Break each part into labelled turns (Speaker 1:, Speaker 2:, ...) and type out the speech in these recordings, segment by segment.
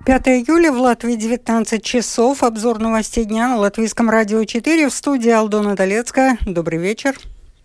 Speaker 1: 5 июля в Латвии 19 часов. Обзор новостей дня на Латвийском радио 4. В студии Алдона Долецкая. Добрый вечер.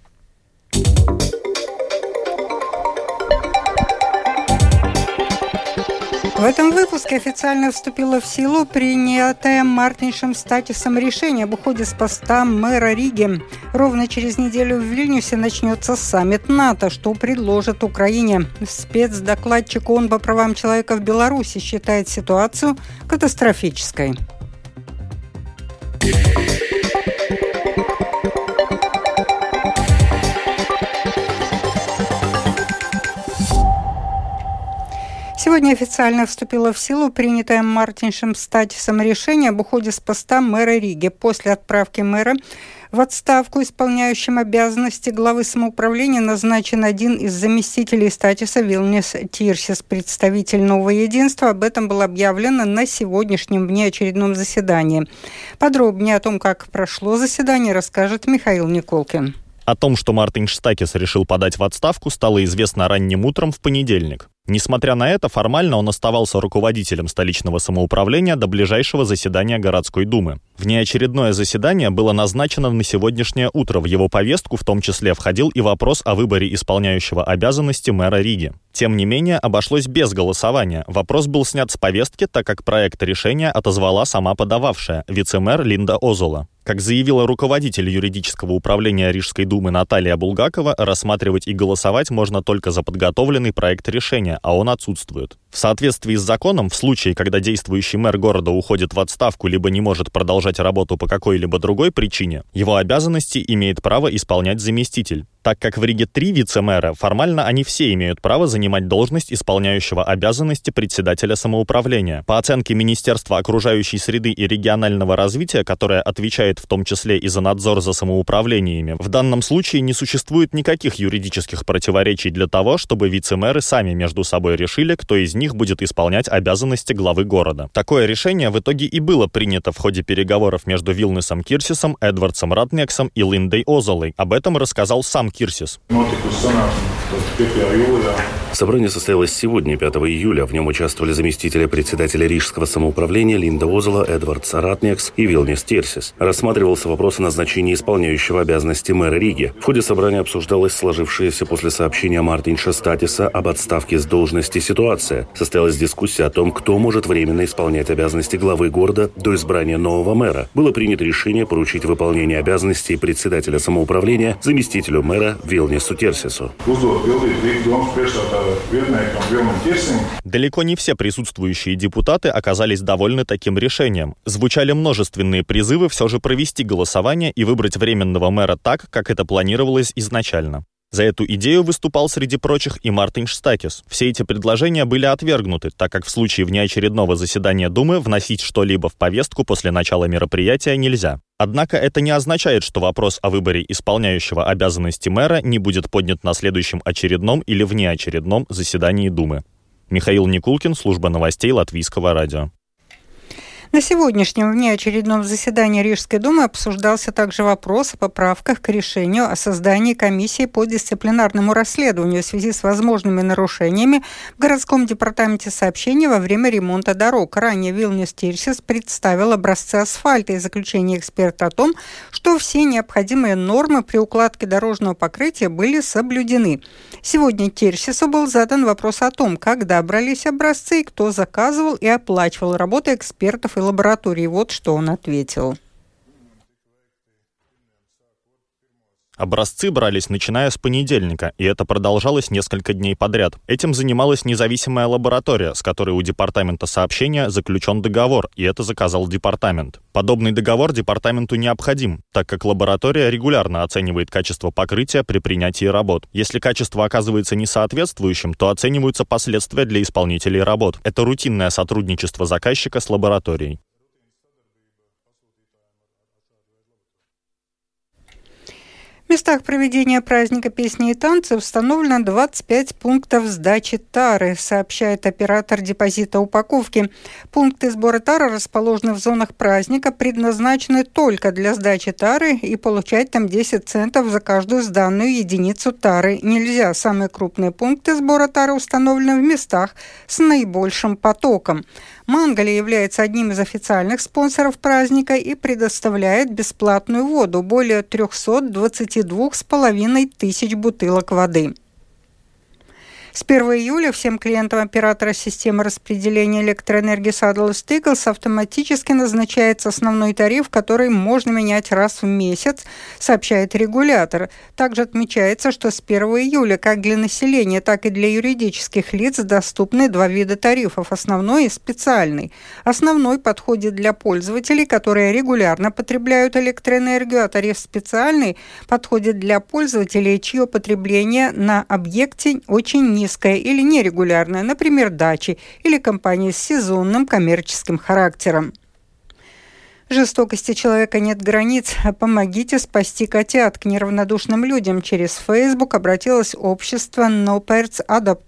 Speaker 1: В этом выпуске официально вступило в силу принятое Мартиншем Статисом решение об уходе с поста мэра Риги. Ровно через неделю в Вильнюсе начнется саммит НАТО, что предложит Украине. Спецдокладчик ООН по правам человека в Беларуси считает ситуацию катастрофической. Сегодня официально вступило в силу принятое Мартиншем Статисом решение об уходе с поста мэра Риги. После отправки мэра в отставку исполняющим обязанности главы самоуправления назначен один из заместителей Статиса Вилнис Тирсис, представитель Нового единства. Об этом было объявлено на сегодняшнем внеочередном заседании. Подробнее о том, как прошло заседание, расскажет Михаил Николкин.
Speaker 2: О том, что Мартинш Статис решил подать в отставку, стало известно ранним утром в понедельник. Несмотря на это, формально он оставался руководителем столичного самоуправления до ближайшего заседания городской думы. Внеочередное заседание было назначено на сегодняшнее утро. В его повестку в том числе входил и вопрос о выборе исполняющего обязанности мэра Риги. Тем не менее, обошлось без голосования. Вопрос был снят с повестки, так как проект решения отозвала сама подававшая, вице-мэр Линда Озола. Как заявила руководитель юридического управления Рижской думы Наталья Булгакова, рассматривать и голосовать можно только за подготовленный проект решения, а он отсутствует. В соответствии с законом, в случае, когда действующий мэр города уходит в отставку либо не может продолжать работу по какой-либо другой причине, его обязанности имеет право исполнять заместитель. Так как в Риге 3 вице-мэра, формально они все имеют право занимать должность исполняющего обязанности председателя самоуправления. По оценке Министерства окружающей среды и регионального развития, которое отвечает в том числе и за надзор за самоуправлениями, в данном случае не существует никаких юридических противоречий для того, чтобы вице-мэры сами между собой решили, кто из них будет исполнять обязанности главы города. Такое решение в итоге и было принято в ходе переговоров между Вилнисом Тирсисом, Эдвардсом Ратнексом и Линдой Озолой. Об этом рассказал сам Тирсис.
Speaker 3: Собрание состоялось сегодня, 5 июля. В нем участвовали заместители председателя Рижского самоуправления Линда Озола, Эдвардс Ратнекс и Вилнис Тирсис. Рассматривался вопрос о назначении исполняющего обязанности мэра Риги. В ходе собрания обсуждалась сложившаяся после сообщения Мартинша Статиса об отставке с должности ситуация. Состоялась дискуссия о том, кто может временно исполнять обязанности главы города до избрания нового мэра. Было принято решение поручить выполнение обязанностей председателя самоуправления заместителю мэра Вилнису Тирсису.
Speaker 2: Далеко не все присутствующие депутаты оказались довольны таким решением. Звучали множественные призывы все же провести голосование и выбрать временного мэра так, как это планировалось изначально. За эту идею выступал среди прочих и Мартинш Статис. Все эти предложения были отвергнуты, так как в случае внеочередного заседания Думы вносить что-либо в повестку после начала мероприятия нельзя. Однако это не означает, что вопрос о выборе исполняющего обязанности мэра не будет поднят на следующем очередном или внеочередном заседании Думы. Михаил Никулкин, служба новостей Латвийского радио.
Speaker 1: На сегодняшнем внеочередном заседании Рижской думы обсуждался также вопрос о поправках к решению о создании комиссии по дисциплинарному расследованию в связи с возможными нарушениями в городском департаменте сообщения во время ремонта дорог. Ранее Вилнис Тирсис представил образцы асфальта и заключение эксперта о том, что все необходимые нормы при укладке дорожного покрытия были соблюдены. Сегодня Тирсису был задан вопрос о том, когда брались образцы и кто заказывал и оплачивал работы экспертов и лаборатории. Вот что он ответил.
Speaker 2: Образцы брались начиная с понедельника, и это продолжалось несколько дней подряд. Этим занималась независимая лаборатория, с которой у департамента сообщения заключен договор, и это заказал департамент. Подобный договор департаменту необходим, так как лаборатория регулярно оценивает качество покрытия при принятии работ. Если качество оказывается несоответствующим, то оцениваются последствия для исполнителей работ. Это рутинное сотрудничество заказчика с лабораторией.
Speaker 1: В местах проведения праздника песни и танцев установлено 25 пунктов сдачи тары, сообщает оператор депозита упаковки. Пункты сбора тары расположены в зонах праздника, предназначены только для сдачи тары, и получать там 10 центов за каждую сданную единицу тары нельзя. Самые крупные пункты сбора тары установлены в местах с наибольшим потоком. Мангаля является одним из официальных спонсоров праздника и предоставляет бесплатную воду, более 322,5 тысяч бутылок воды. С 1 июля всем клиентам оператора системы распределения электроэнергии Saddle Stickles автоматически назначается основной тариф, который можно менять раз в месяц, сообщает регулятор. Также отмечается, что с 1 июля как для населения, так и для юридических лиц доступны два вида тарифов – основной и специальный. Основной подходит для пользователей, которые регулярно потребляют электроэнергию, а тариф специальный подходит для пользователей, чье потребление на объекте очень низкое или нерегулярная, например, дачи или компании с сезонным коммерческим характером. Жестокости человека нет границ. Помогите спасти котят. К неравнодушным людям через Facebook обратилось общество No Pets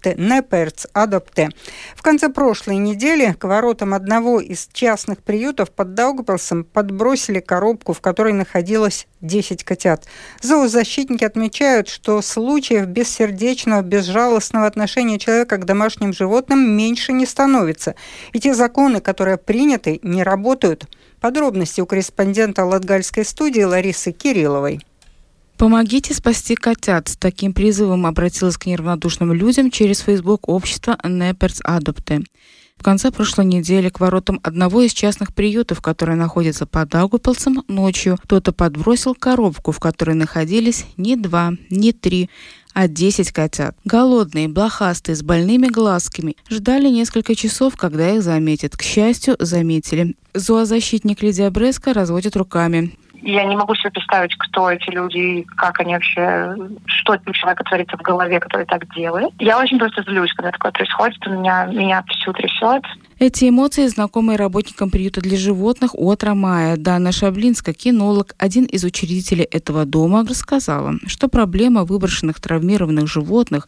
Speaker 1: Adopte. В конце прошлой недели к воротам одного из частных приютов под Даугавпилсом подбросили коробку, в которой находилось 10 котят. Зоозащитники отмечают, что случаев бессердечного, безжалостного отношения человека к домашним животным меньше не становится. И те законы, которые приняты, не работают. Подробности у корреспондента Латгальской студии Ларисы Кирилловой.
Speaker 4: Помогите спасти котят. С таким призывом обратилась к неравнодушным людям через Facebook общество No Pets Adopte. В конце прошлой недели к воротам одного из частных приютов, который находится под Даугавпилсом, ночью кто-то подбросил коробку, в которой находились не 2, не 3, а 10 котят. Голодные, блохастые, с больными глазками. Ждали несколько часов, когда их заметят. К счастью, заметили. Зоозащитник Лидия Бреска разводит руками.
Speaker 5: Я не могу себе представить, кто эти люди, как они вообще, что у человека творится в голове, который так делает. Я очень просто злюсь, когда такое происходит, меня всю трясет.
Speaker 4: Эти эмоции знакомые работникам приюта для животных Отра Мая. Дана Шаблинска, кинолог, один из учредителей этого дома, рассказала, что проблема выброшенных травмированных животных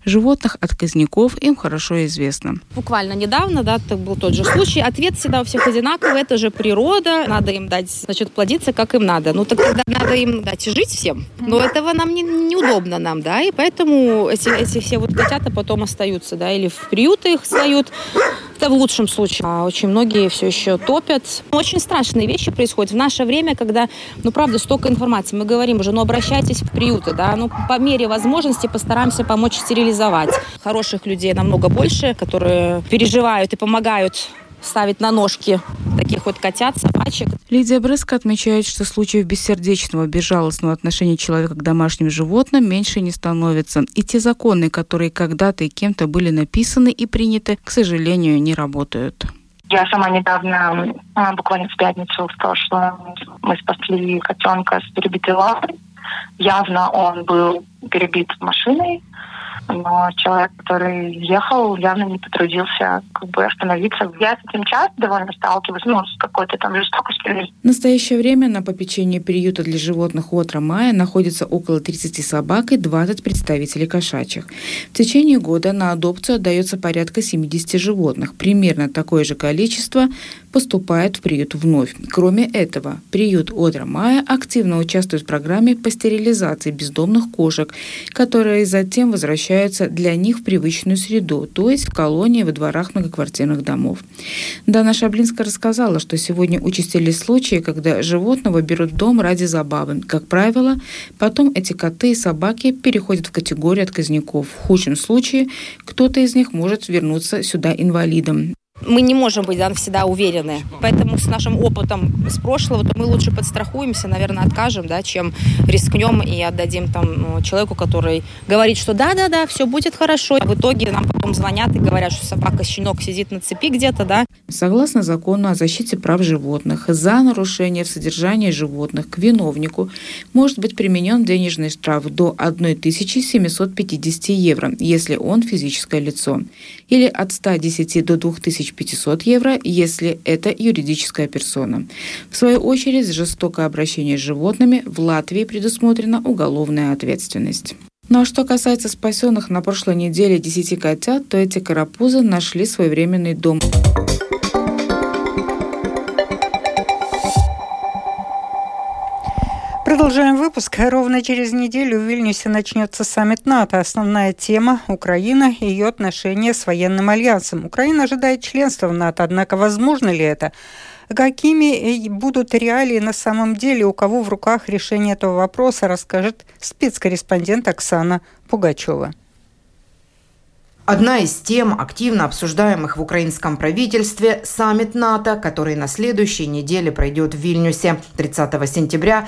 Speaker 4: отказников им хорошо известна.
Speaker 6: Буквально недавно, это был тот же случай. Ответ всегда у всех одинаковый. Это же природа. Надо им дать, плодиться, как им надо. Так тогда надо им дать жить всем. Но этого нам неудобно нам, и поэтому эти все котята потом остаются, или в приюты их встают. Это в лучшем случае. А очень многие все еще топят. Очень страшные вещи происходят в наше время, когда, правда, столько информации. Мы говорим уже, обращайтесь в приюты, по мере возможности постараемся помочь стерилизовать. Хороших людей намного больше, которые переживают и помогают ставить на ножки таких котят, собачек.
Speaker 4: Лидия Бреска отмечает, что случаев бессердечного, безжалостного отношения человека к домашним животным меньше не становится. И те законы, которые когда-то и кем-то были написаны и приняты, к сожалению, не работают.
Speaker 5: Я сама недавно, буквально в пятницу в прошлом, мы спасли котенка с перебитой лапой. Явно он был перебит машиной, но человек, который ехал, явно не потрудился остановиться. Я с этим часто довольно сталкиваюсь, с какой-то жестокостью.
Speaker 4: В настоящее время на попечении приюта для животных Отра Мая находится около 30 собак и 20 представителей кошачьих. В течение года на адопцию отдается порядка 70 животных. Примерно такое же количество поступает в приют вновь. Кроме этого, приют Отра Мая активно участвует в программе по стерилизации бездомных кошек, которые затем возвращаются для них в привычную среду, то есть в колонии во дворах многоквартирных домов. Дана Шаблинска рассказала, что сегодня участились случаи, когда животного берут в дом ради забавы. Как правило, потом эти коты и собаки переходят в категорию отказников. В худшем случае кто-то из них может вернуться сюда инвалидом.
Speaker 6: Мы не можем быть всегда уверены. Поэтому с нашим опытом с прошлого мы лучше подстрахуемся, наверное, откажем, чем рискнем и отдадим человеку, который говорит, что да, все будет хорошо. А в итоге нам потом звонят и говорят, что собака, щенок сидит на цепи где-то,
Speaker 4: Согласно закону о защите прав животных, за нарушение в содержании животных к виновнику может быть применен денежный штраф до 1750 евро, если он физическое лицо, или от 110 до 2500 500 евро, если это юридическая персона. В свою очередь, за жестокое обращение с животными в Латвии предусмотрена уголовная ответственность. Ну а что касается спасенных на прошлой неделе 10 котят, то эти карапузы нашли свой временный дом.
Speaker 1: Продолжаем выпуск. Ровно через неделю в Вильнюсе начнется саммит НАТО. Основная тема – Украина и ее отношения с военным альянсом. Украина ожидает членства в НАТО, однако возможно ли это? Какими будут реалии на самом деле, у кого в руках решение этого вопроса, расскажет спецкорреспондент Оксана Пугачева.
Speaker 7: Одна из тем, активно обсуждаемых в украинском правительстве, саммит НАТО, который на следующей неделе пройдет в Вильнюсе. 30 сентября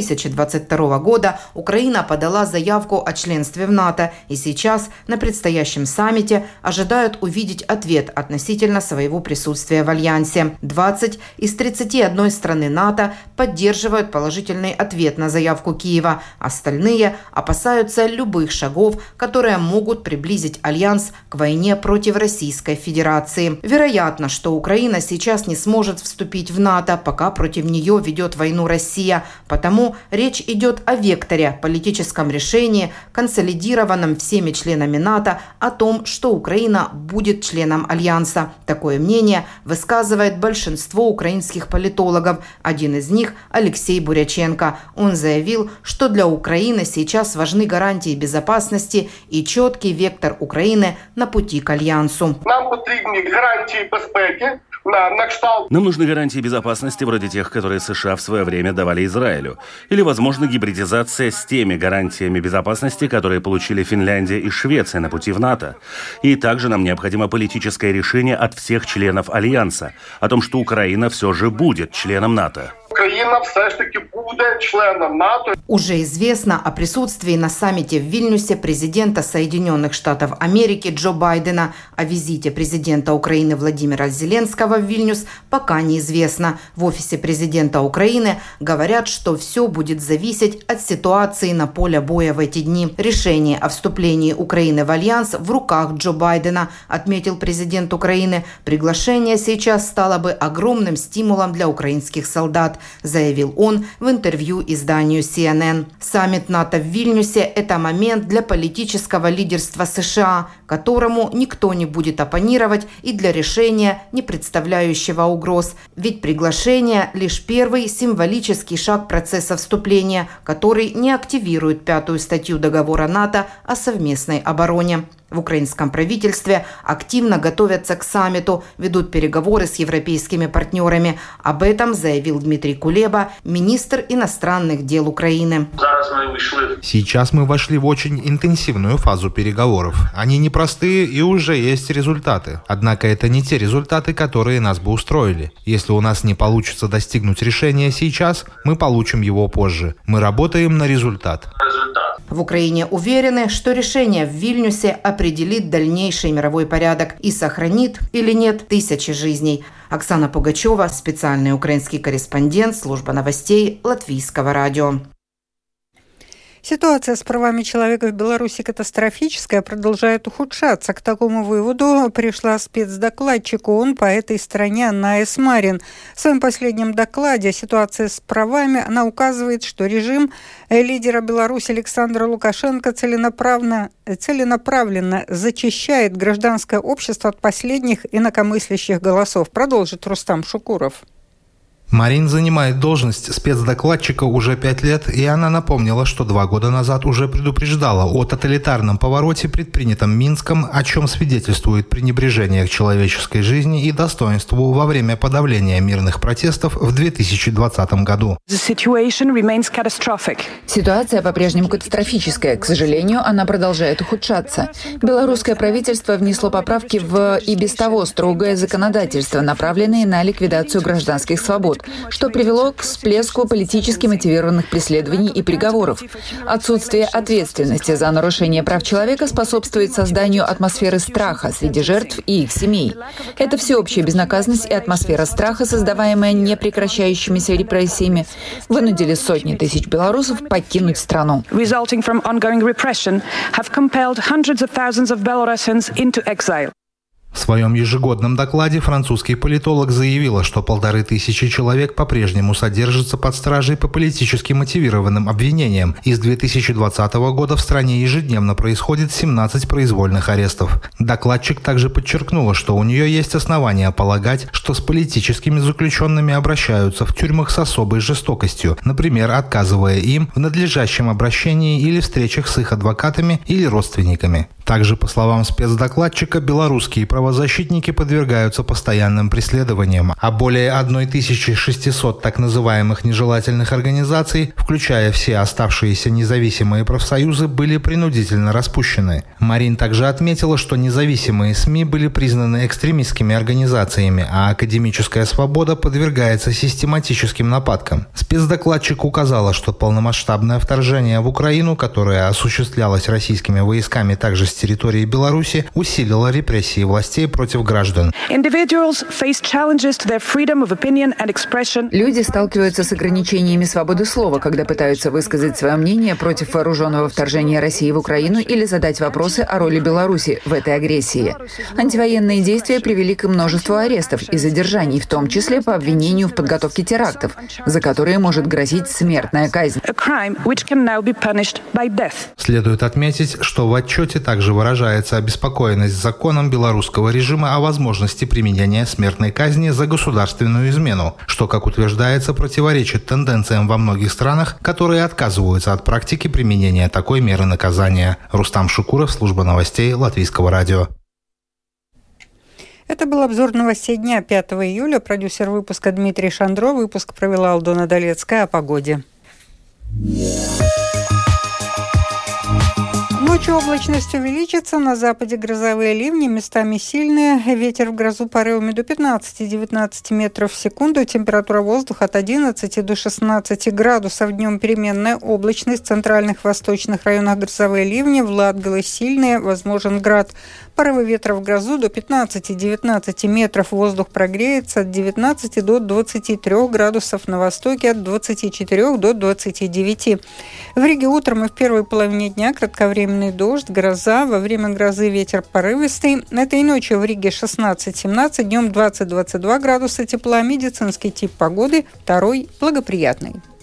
Speaker 7: 2022 года Украина подала заявку о членстве в НАТО, и сейчас на предстоящем саммите ожидают увидеть ответ относительно своего присутствия в Альянсе. 20 из 31 страны НАТО поддерживают положительный ответ на заявку Киева. Остальные опасаются любых шагов, которые могут приблизить Альянс к войне против Российской Федерации. Вероятно, что Украина сейчас не сможет вступить в НАТО, пока против нее ведет войну Россия. Потому речь идет о векторе, политическом решении, консолидированном всеми членами НАТО, о том, что Украина будет членом Альянса. Такое мнение высказывает большинство украинских политологов. Один из них – Алексей Буряченко. Он заявил, что для Украины сейчас важны гарантии безопасности и четкий вектор Украины на пути к Альянсу.
Speaker 8: Нам потрібні гарантії безпеки.
Speaker 3: Нам нужны гарантии безопасности вроде тех, которые США в свое время давали Израилю. Или, возможно, гибридизация с теми гарантиями безопасности, которые получили Финляндия и Швеция на пути в НАТО. И также нам необходимо политическое решение от всех членов Альянса о том, что Украина все же будет членом НАТО.
Speaker 8: Украина все ж таки будет членом НАТО.
Speaker 7: Уже известно о присутствии на саммите в Вильнюсе президента Соединенных Штатов Америки Джо Байдена. О визите президента Украины Владимира Зеленского в Вильнюс пока неизвестно. В офисе президента Украины говорят, что все будет зависеть от ситуации на поле боя в эти дни. Решение о вступлении Украины в Альянс в руках Джо Байдена, отметил президент Украины. Приглашение сейчас стало бы огромным стимулом для украинских солдат, заявил он в интервью изданию CNN. Саммит НАТО в Вильнюсе – это момент для политического лидерства США, которому никто не будет оппонировать, и для решения, не представляющего угроз. Ведь приглашение – лишь первый символический шаг процесса вступления, который не активирует 5-ю статью договора НАТО о совместной обороне. В украинском правительстве активно готовятся к саммиту, ведут переговоры с европейскими партнерами. Об этом заявил Дмитрий Кулеба, министр иностранных дел Украины.
Speaker 9: Сейчас мы вошли в очень интенсивную фазу переговоров. Они непростые и уже есть результаты. Однако это не те результаты, которые нас бы устроили. Если у нас не получится достигнуть решения сейчас, мы получим его позже. Мы работаем на результат.
Speaker 7: В Украине уверены, что решение в Вильнюсе определит дальнейший мировой порядок и сохранит или нет тысячи жизней. Оксана Пугачева, специальный украинский корреспондент, служба новостей Латвийского радио.
Speaker 1: Ситуация с правами человека в Беларуси катастрофическая, продолжает ухудшаться. К такому выводу пришла спецдокладчик ООН по этой стране Анна Эсмарин. В своем последнем докладе о ситуации с правами она указывает, что режим лидера Беларуси Александра Лукашенко целенаправленно зачищает гражданское общество от последних инакомыслящих голосов. Продолжит Рустам Шукуров.
Speaker 9: Марин занимает должность спецдокладчика уже 5 лет, и она напомнила, что 2 года назад уже предупреждала о тоталитарном повороте, предпринятом Минском, о чем свидетельствует пренебрежение к человеческой жизни и достоинству во время подавления мирных протестов в 2020 году.
Speaker 10: Ситуация по-прежнему катастрофическая. К сожалению, она продолжает ухудшаться. Белорусское правительство внесло поправки в и без того строгое законодательство, направленное на ликвидацию гражданских свобод, что привело к всплеску политически мотивированных преследований и приговоров. Отсутствие ответственности за нарушение прав человека способствует созданию атмосферы страха среди жертв и их семей. Это всеобщая безнаказанность и атмосфера страха, создаваемая непрекращающимися репрессиями, вынудили сотни тысяч белорусов покинуть страну.
Speaker 9: В своем ежегодном докладе французский политолог заявила, что 1500 человек по-прежнему содержатся под стражей по политически мотивированным обвинениям. И с 2020 года в стране ежедневно происходит 17 произвольных арестов. Докладчик также подчеркнула, что у нее есть основания полагать, что с политическими заключенными обращаются в тюрьмах с особой жестокостью, например, отказывая им в надлежащем обращении или встречах с их адвокатами или родственниками. Также, по словам спецдокладчика, белорусские правозащитники подвергаются постоянным преследованиям, а более 1600 так называемых нежелательных организаций, включая все оставшиеся независимые профсоюзы, были принудительно распущены. Марин также отметила, что независимые СМИ были признаны экстремистскими организациями, а академическая свобода подвергается систематическим нападкам. Спецдокладчик указала, что полномасштабное вторжение в Украину, которое осуществлялось российскими войсками также с территории Беларуси, усилило репрессии властей против граждан.
Speaker 10: Люди сталкиваются с ограничениями свободы слова, когда пытаются высказать свое мнение против вооруженного вторжения России в Украину или задать вопросы о роли Беларуси в этой агрессии. Антивоенные действия привели к множеству арестов и задержаний, в том числе по обвинению в подготовке терактов, за которые может грозить смертная казнь.
Speaker 9: Следует отметить, что в отчете также выражается обеспокоенность законом белорусского режима о возможности применения смертной казни за государственную измену, что, как утверждается, противоречит тенденциям во многих странах, которые отказываются от практики применения такой меры наказания. Рустам Шукуров, служба новостей Латвийского радио.
Speaker 1: Это был обзор новостей дня 5 июля. Продюсер выпуска Дмитрий Шандро. Выпуск провела Алдона Долецкая. О погоде. Ночью облачность увеличится, на западе грозовые ливни, местами сильные, ветер в грозу порывами до 15-19 метров в секунду, температура воздуха от 11 до 16 градусов, днем переменная облачность, в центральных восточных районах грозовые ливни, в Латгале сильные, возможен град. Порывы ветра в грозу до 15-19 метров, воздух прогреется от 19 до 23 градусов, на востоке от 24 до 29. В Риге утром и в первой половине дня кратковременный дождь, гроза, во время грозы ветер порывистый. Этой ночью в Риге 16-17, днем 20-22 градуса тепла, медицинский тип погоды, второй благоприятный.